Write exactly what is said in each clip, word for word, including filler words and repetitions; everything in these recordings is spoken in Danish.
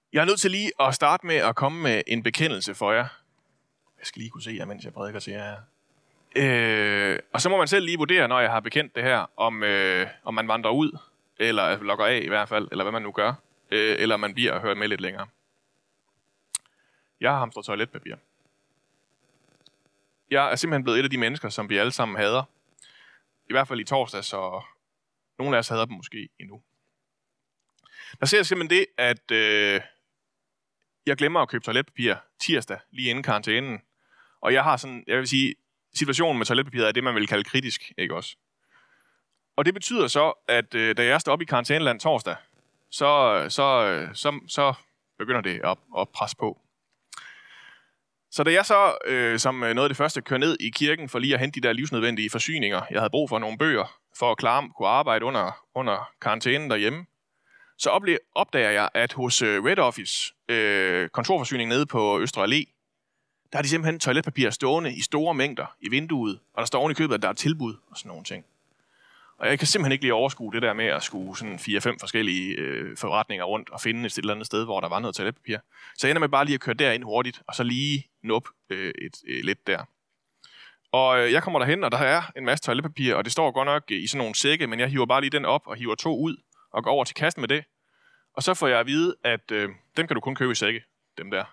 Jeg er nødt til lige at starte med at komme med en bekendelse for jer. Jeg skal lige kunne se jer, mens jeg prædiker til jer her. Øh, og så må man selv lige vurdere, når jeg har bekendt det her, om, øh, om man vandrer ud, eller logger af i hvert fald, eller hvad man nu gør, øh, eller man bliver og hører med lidt længere. Jeg har hamstret toiletpapir. Jeg er simpelthen blevet et af de mennesker, som vi alle sammen hader. I hvert fald i torsdag, så nogle af os hader dem måske endnu. Der ser jeg simpelthen det, at øh, jeg glemmer at købe toiletpapir tirsdag, lige inden karantænen. Og jeg har sådan, jeg vil sige, situationen med toiletpapiret er det, man vil kalde kritisk, ikke også? Og det betyder så, at øh, da jeg står op i karantæneland torsdag, så, så, så, så begynder det at, at presse på. Så da jeg så, øh, som noget af det første, kører ned i kirken for lige at hente de der livsnødvendige forsyninger, jeg havde brug for nogle bøger, for at klare kunne arbejde under, under karantænen derhjemme, så opdager jeg, at hos Red Office, øh, kontorforsyning nede på Østre Allé, der har de simpelthen toiletpapir stående i store mængder i vinduet, og der står oven i købet, at der er tilbud og sådan nogle ting. Og jeg kan simpelthen ikke lige overskue det der med at skulle sådan fire-fem forskellige øh, forretninger rundt og finde et eller andet sted, hvor der var noget toiletpapir. Så jeg ender med bare lige at køre derind hurtigt, og så lige nup øh, et, øh, lidt der. Og øh, jeg kommer derhen, og der er en masse toiletpapir, og det står godt nok i sådan nogle sække, men jeg hiver bare lige den op og hiver to ud og går over til kassen med det. Og så får jeg at vide, at øh, dem kan du kun købe i sække, dem der.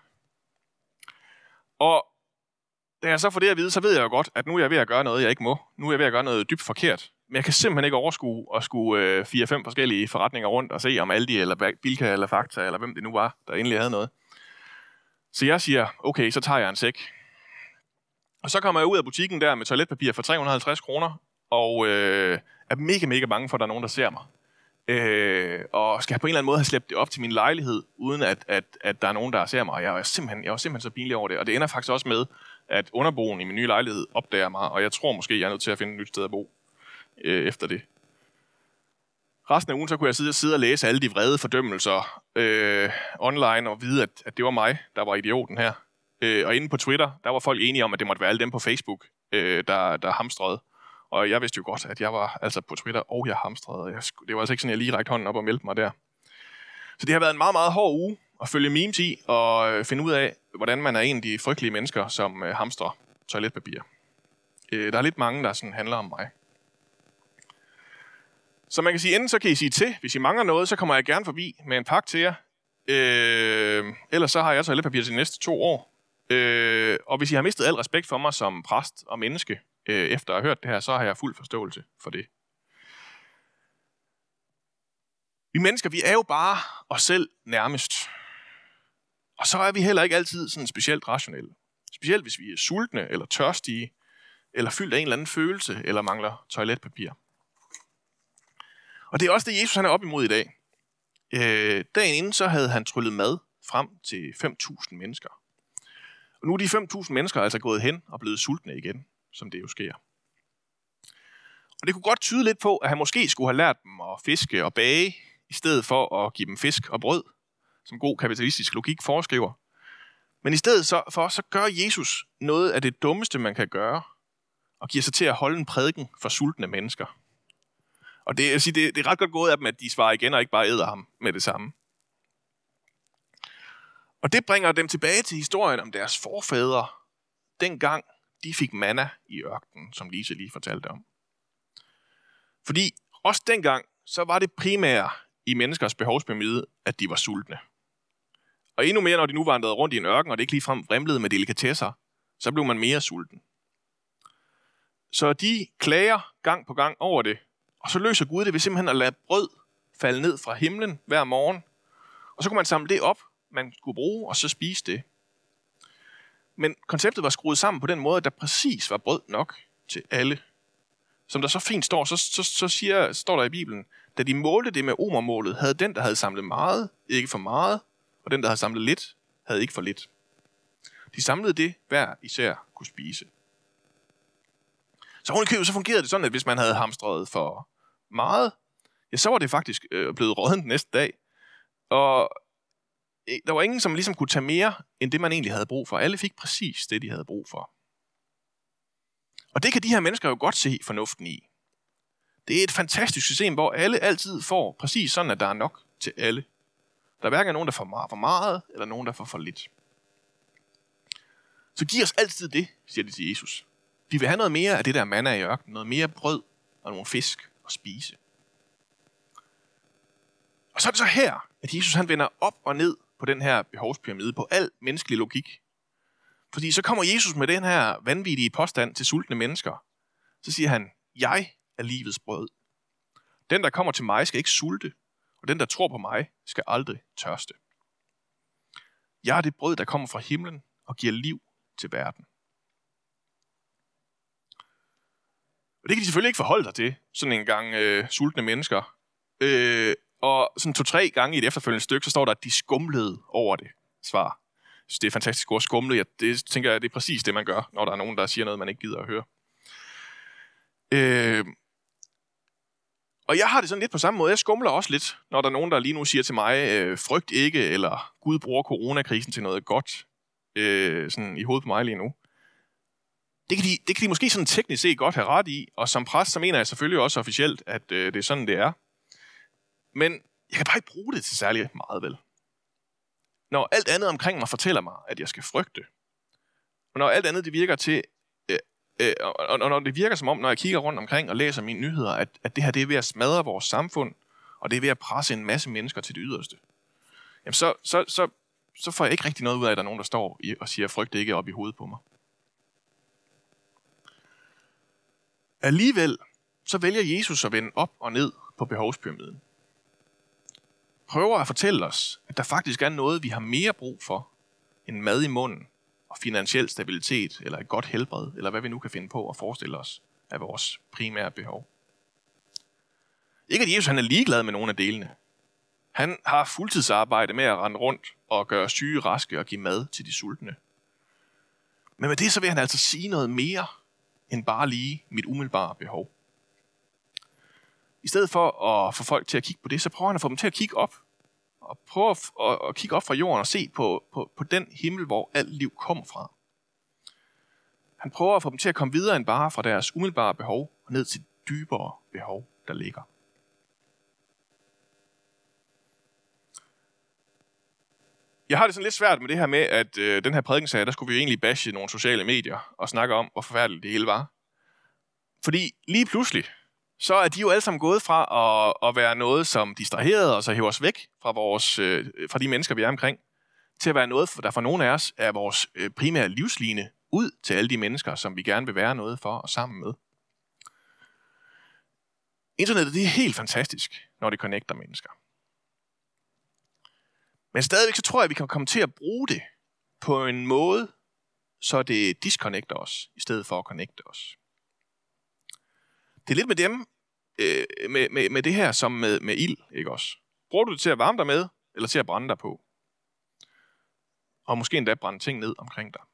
Og da jeg så får det at vide, så ved jeg jo godt, at nu er jeg ved at gøre noget, jeg ikke må. Nu er jeg ved at gøre noget dybt forkert. Men jeg kan simpelthen ikke overskue at skulle øh, fire-fem forskellige forretninger rundt og se, om Aldi eller Bilka eller Fakta, eller hvem det nu var, der endelig havde noget. Så jeg siger, okay, så tager jeg en sæk. Og så kommer jeg ud af butikken der med toiletpapir for tre hundrede og halvtreds kroner, og øh, er mega, mega bange for, at der er nogen, der ser mig. Øh, og skal på en eller anden måde have slæbt det op til min lejlighed, uden at, at, at der er nogen, der ser mig. Og jeg var simpelthen, jeg var simpelthen så pinlig over det. Og det ender faktisk også med, at underboen i min nye lejlighed opdager mig, og jeg tror måske, jeg er nødt til at finde et nyt sted at bo øh, efter det. Resten af ugen, så kunne jeg sidde, sidde og læse alle de vrede fordømmelser øh, online, og vide, at, at det var mig, der var idioten her. Øh, og inde på Twitter, der var folk enige om, at det måtte være alle dem på Facebook, øh, der, der hamstrede. Og jeg vidste jo godt, at jeg var altså på Twitter, og jeg hamstrede. Jeg, det var altså ikke sådan, jeg lige rækte hånden op og meldte mig der. Så det har været en meget, meget hård uge at følge memes i, og finde ud af, hvordan man er en af de frygtelige mennesker, som øh, hamstrer toiletpapir. Øh, der er lidt mange, der sådan handler om mig. Så man kan sige, enten så kan I sige til, hvis I mangler noget, så kommer jeg gerne forbi med en pakke til jer. Øh, ellers så har jeg toiletpapir til de næste to år. Øh, og hvis I har mistet al respekt for mig som præst og menneske, øh, efter at have hørt det her, så har jeg fuld forståelse for det. Vi mennesker, vi er jo bare os selv nærmest. Og så er vi heller ikke altid sådan specielt rationelle. Specielt hvis vi er sultne eller tørstige, eller fyldt af en eller anden følelse, eller mangler toiletpapir. Og det er også det, Jesus han er op imod i dag. Øh, dagen inden så havde han tryllet mad frem til fem tusind mennesker. Og nu er de fem tusind mennesker altså gået hen og blevet sultne igen, som det jo sker. Og det kunne godt tyde lidt på, at han måske skulle have lært dem at fiske og bage, i stedet for at give dem fisk og brød, som god kapitalistisk logik foreskriver. Men i stedet så, for, så gør Jesus noget af det dummeste, man kan gøre, og giver sig til at holde en prædiken for sultne mennesker. Og det, jeg siger, det, det er ret godt gået af dem, at de svarer igen og ikke bare æder ham med det samme. Og det bringer dem tilbage til historien om deres forfædre, dengang de fik manna i ørkenen, som Lise lige fortalte om. Fordi også dengang, så var det primære i menneskers behovspyramide, at de var sultne. Og endnu mere, når de nu vandrede rundt i en ørken, og det ikke ligefrem vrimlede med delikatesser, så blev man mere sulten. Så de klager gang på gang over det, og så løser Gud det ved simpelthen at lade brød falde ned fra himlen hver morgen. Og så kunne man samle det op, man skulle bruge, og så spise det. Men konceptet var skruet sammen på den måde, at der præcis var brød nok til alle. Som der så fint står, så, så, så siger, står der i Bibelen, da de målte det med omermålet, havde den, der havde samlet meget, ikke for meget, og den, der havde samlet lidt, havde ikke for lidt. De samlede det, hver især kunne spise. Så oven i købet, så fungerede det sådan, at hvis man havde hamstret for meget, ja, så var det faktisk øh, blevet råddent næste dag. Og øh, der var ingen, som ligesom kunne tage mere, end det man egentlig havde brug for. Alle fik præcis det, de havde brug for. Og det kan de her mennesker jo godt se fornuften i. Det er et fantastisk system, hvor alle altid får præcis sådan, at der er nok til alle. Der Der hverken er nogen, der får meget, for meget, eller nogen, der får for lidt. Så giv os altid det, siger de til Jesus. Vi vil have noget mere af det der manna i ørkenen, noget mere brød og nogle fisk at spise. Og så er det så her, at Jesus han vender op og ned på den her behovspyramide, på al menneskelig logik. Fordi så kommer Jesus med den her vanvittige påstand til sultne mennesker. Så siger han, jeg er livets brød. Den, der kommer til mig, skal ikke sulte, og den, der tror på mig, skal aldrig tørste. Jeg er det brød, der kommer fra himlen og giver liv til verden. Og det kan de selvfølgelig ikke forholde sig til, sådan en gang øh, sultne mennesker. Øh, og sådan to-tre gange i et efterfølgende stykke, så står der, at de skumlede over det svar. Så det er fantastisk ord, skumle. Jeg, det tænker jeg, det er præcis det, man gør, når der er nogen, der siger noget, man ikke gider at høre. Øh, og jeg har det sådan lidt på samme måde. Jeg skumler også lidt, når der er nogen, der lige nu siger til mig, øh, frygt ikke, eller Gud bruger coronakrisen til noget godt, øh, sådan i hovedet på mig lige nu. Det kan, de, det kan de måske sådan teknisk set godt have ret i, og som præst, så mener jeg selvfølgelig også officielt, at øh, det er sådan, det er. Men jeg kan bare ikke bruge det til særlig meget, vel? Når alt andet omkring mig fortæller mig, at jeg skal frygte, og når alt andet det virker til, øh, øh, og, og når det virker som om, når jeg kigger rundt omkring og læser mine nyheder, at, at det her det er ved at smadre vores samfund, og det er ved at presse en masse mennesker til det yderste, jamen så, så, så, så får jeg ikke rigtig noget ud af, at der er nogen, der står og siger, frygt ikke op i hovedet på mig. Alligevel så vælger Jesus at vende op og ned på behovspyramiden. Prøver at fortælle os, at der faktisk er noget, vi har mere brug for, end mad i munden og finansiel stabilitet, eller et godt helbred, eller hvad vi nu kan finde på at forestille os af vores primære behov. Ikke at Jesus han er ligeglad med nogle af delene. Han har fuldtidsarbejde med at rende rundt og gøre syge raske og give mad til de sultne. Men med det så vil han altså sige noget mere end bare lige mit umiddelbare behov. I stedet for at få folk til at kigge på det, så prøver han at få dem til at kigge op. Og prøve at, at, at kigge op fra jorden og se på, på, på den himmel, hvor alt liv kommer fra. Han prøver at få dem til at komme videre end bare fra deres umiddelbare behov og ned til dybere behov, der ligger. Jeg har det sådan lidt svært med det her med, at øh, den her prædikensag, der skulle vi jo egentlig bashe nogle sociale medier og snakke om, hvor forfærdeligt det hele var. Fordi lige pludselig, så er de jo alle sammen gået fra at, at være noget, som distraherede os og hæver os væk fra, vores, øh, fra de mennesker, vi er omkring, til at være noget, der for nogle af os er vores øh, primære livsline ud til alle de mennesker, som vi gerne vil være noget for og sammen med. Internettet, det er helt fantastisk, når det connecter mennesker. Men stadigvæk så tror jeg, at vi kan komme til at bruge det på en måde, så det disconnecter os, i stedet for at connecte os. Det er lidt med dem, øh, med, med, med det her som med, med ild, ikke også? Bruger du det til at varme dig med, eller til at brænde dig på? Og måske endda brænde ting ned omkring dig.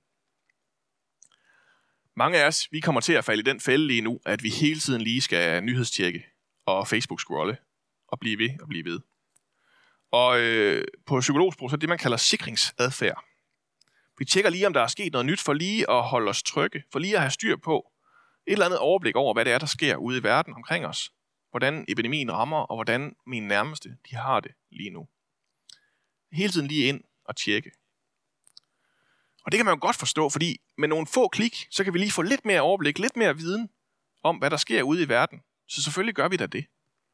Mange af os, vi kommer til at falde i den fælde lige nu, at vi hele tiden lige skal nyhedstjekke og Facebook-scrolle og blive ved og blive ved. Og øh, på psykologsprog, så er det, man kalder sikringsadfærd. Vi tjekker lige, om der er sket noget nyt, for lige at holde os trygge, for lige at have styr på et eller andet overblik over, hvad det er, der sker ude i verden omkring os. Hvordan epidemien rammer, og hvordan mine nærmeste, de har det lige nu. Hele tiden lige ind og tjekke. Og det kan man jo godt forstå, fordi med nogle få klik, så kan vi lige få lidt mere overblik, lidt mere viden om, hvad der sker ude i verden. Så selvfølgelig gør vi da det.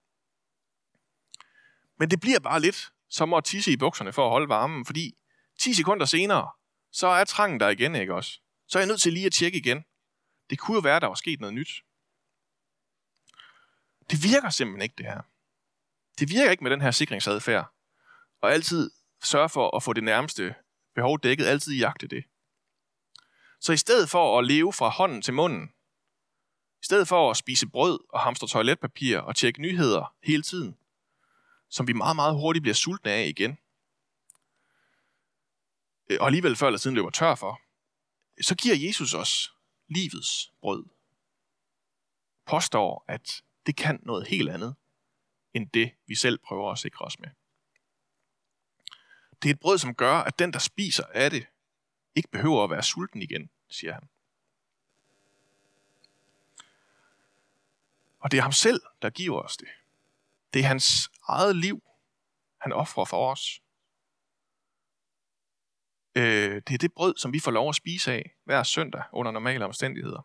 Men det bliver bare lidt som at tisse i bukserne for at holde varmen, fordi ti sekunder senere, så er trangen der igen, ikke også? Så er jeg nødt til lige at tjekke igen. Det kunne jo være, der var sket noget nyt. Det virker simpelthen ikke, det her. Det virker ikke med den her sikringsadfærd. Og altid sørge for at få det nærmeste behov dækket, altid jagte det. Så i stedet for at leve fra hånden til munden, i stedet for at spise brød og hamstre toiletpapir og tjekke nyheder hele tiden, som vi meget, meget hurtigt bliver sultne af igen, og alligevel før eller siden løber tør for, så giver Jesus os livets brød. Påstår, at det kan noget helt andet, end det vi selv prøver at sikre os med. Det er et brød, som gør, at den, der spiser af det, ikke behøver at være sulten igen, siger han. Og det er ham selv, der giver os det. Det er hans eget liv, han offrer for os. Øh, det er det brød, som vi får lov at spise af hver søndag under normale omstændigheder.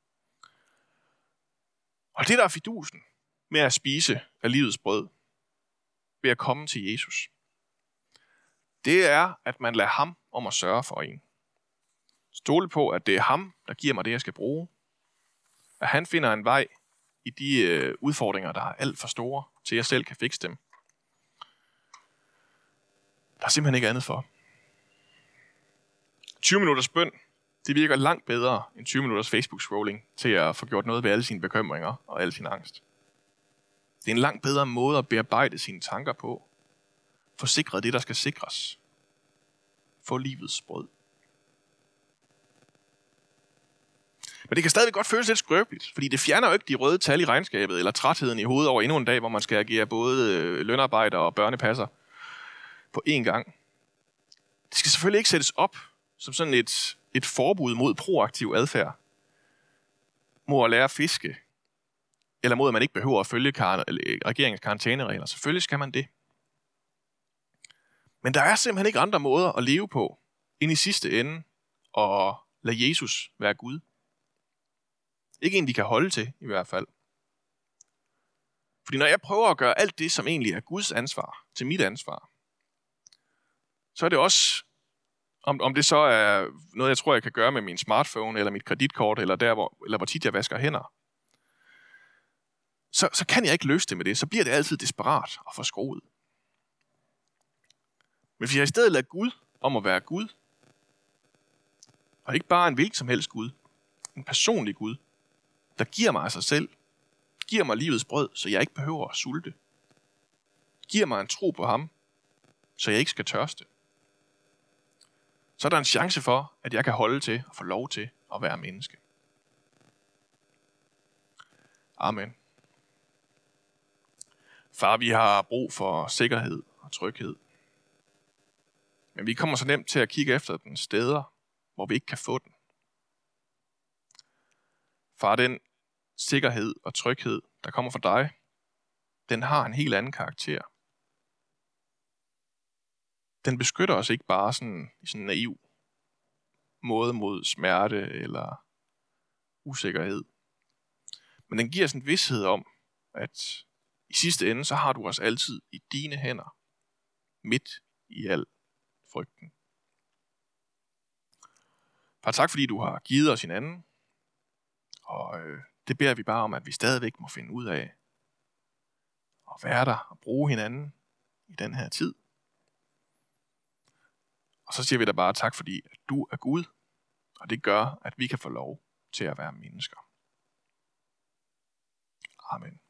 Og det, der er fidusen med at spise af livets brød, ved at komme til Jesus, det er, at man lader ham om at sørge for en. Stole på, at det er ham, der giver mig det, jeg skal bruge. At han finder en vej i de øh, udfordringer, der er alt for store, til jeg selv kan fikse dem. Der er simpelthen ikke andet for. tyve minutters bøn, det virker langt bedre end tyve minutters Facebook-scrolling til at få gjort noget ved alle sine bekymringer og al sin angst. Det er en langt bedre måde at bearbejde sine tanker på. Få sikret det, der skal sikres. Få livets brød. Men det kan stadigvæk godt føles lidt skrøbeligt, fordi det fjerner jo ikke de røde tal i regnskabet, eller trætheden i hovedet over endnu en dag, hvor man skal agere både lønarbejder og børnepasser på én gang. Det skal selvfølgelig ikke sættes op som sådan et, et forbud mod proaktiv adfærd. Mod at lære at fiske, eller mod at man ikke behøver at følge kar- regeringens karantæneregler. Selvfølgelig skal man det. Men der er simpelthen ikke andre måder at leve på, end i sidste ende at lade Jesus være Gud. Ikke en, de kan holde til, i hvert fald. Fordi når jeg prøver at gøre alt det, som egentlig er Guds ansvar, til mit ansvar, så er det også, om, om det så er noget, jeg tror, jeg kan gøre med min smartphone, eller mit kreditkort, eller der, hvor, eller hvor tit jeg vasker hænder, så, så kan jeg ikke løse det med det. Så bliver det altid desperat og forskroet. Men hvis jeg i stedet lader Gud om at være Gud, og ikke bare en hvilken som helst Gud, en personlig Gud, der giver mig af sig selv, giver mig livets brød, så jeg ikke behøver at sulte, giver mig en tro på ham, så jeg ikke skal tørste, så er der en chance for, at jeg kan holde til og få lov til at være menneske. Amen. Far, vi har brug for sikkerhed og tryghed. Men vi kommer så nemt til at kigge efter den steder, hvor vi ikke kan få den. Far, den sikkerhed og tryghed, der kommer fra dig, den har en helt anden karakter. Den beskytter os ikke bare sådan, i sådan en naiv måde mod smerte eller usikkerhed. Men den giver os en vished om, at i sidste ende, så har du os altid i dine hænder, midt i al frygten. Far, tak fordi du har givet os hinanden, og øh, det beder vi bare om, at vi stadigvæk må finde ud af at være der og bruge hinanden i den her tid. Og så siger vi da bare tak, fordi at du er Gud, og det gør, at vi kan få lov til at være mennesker. Amen.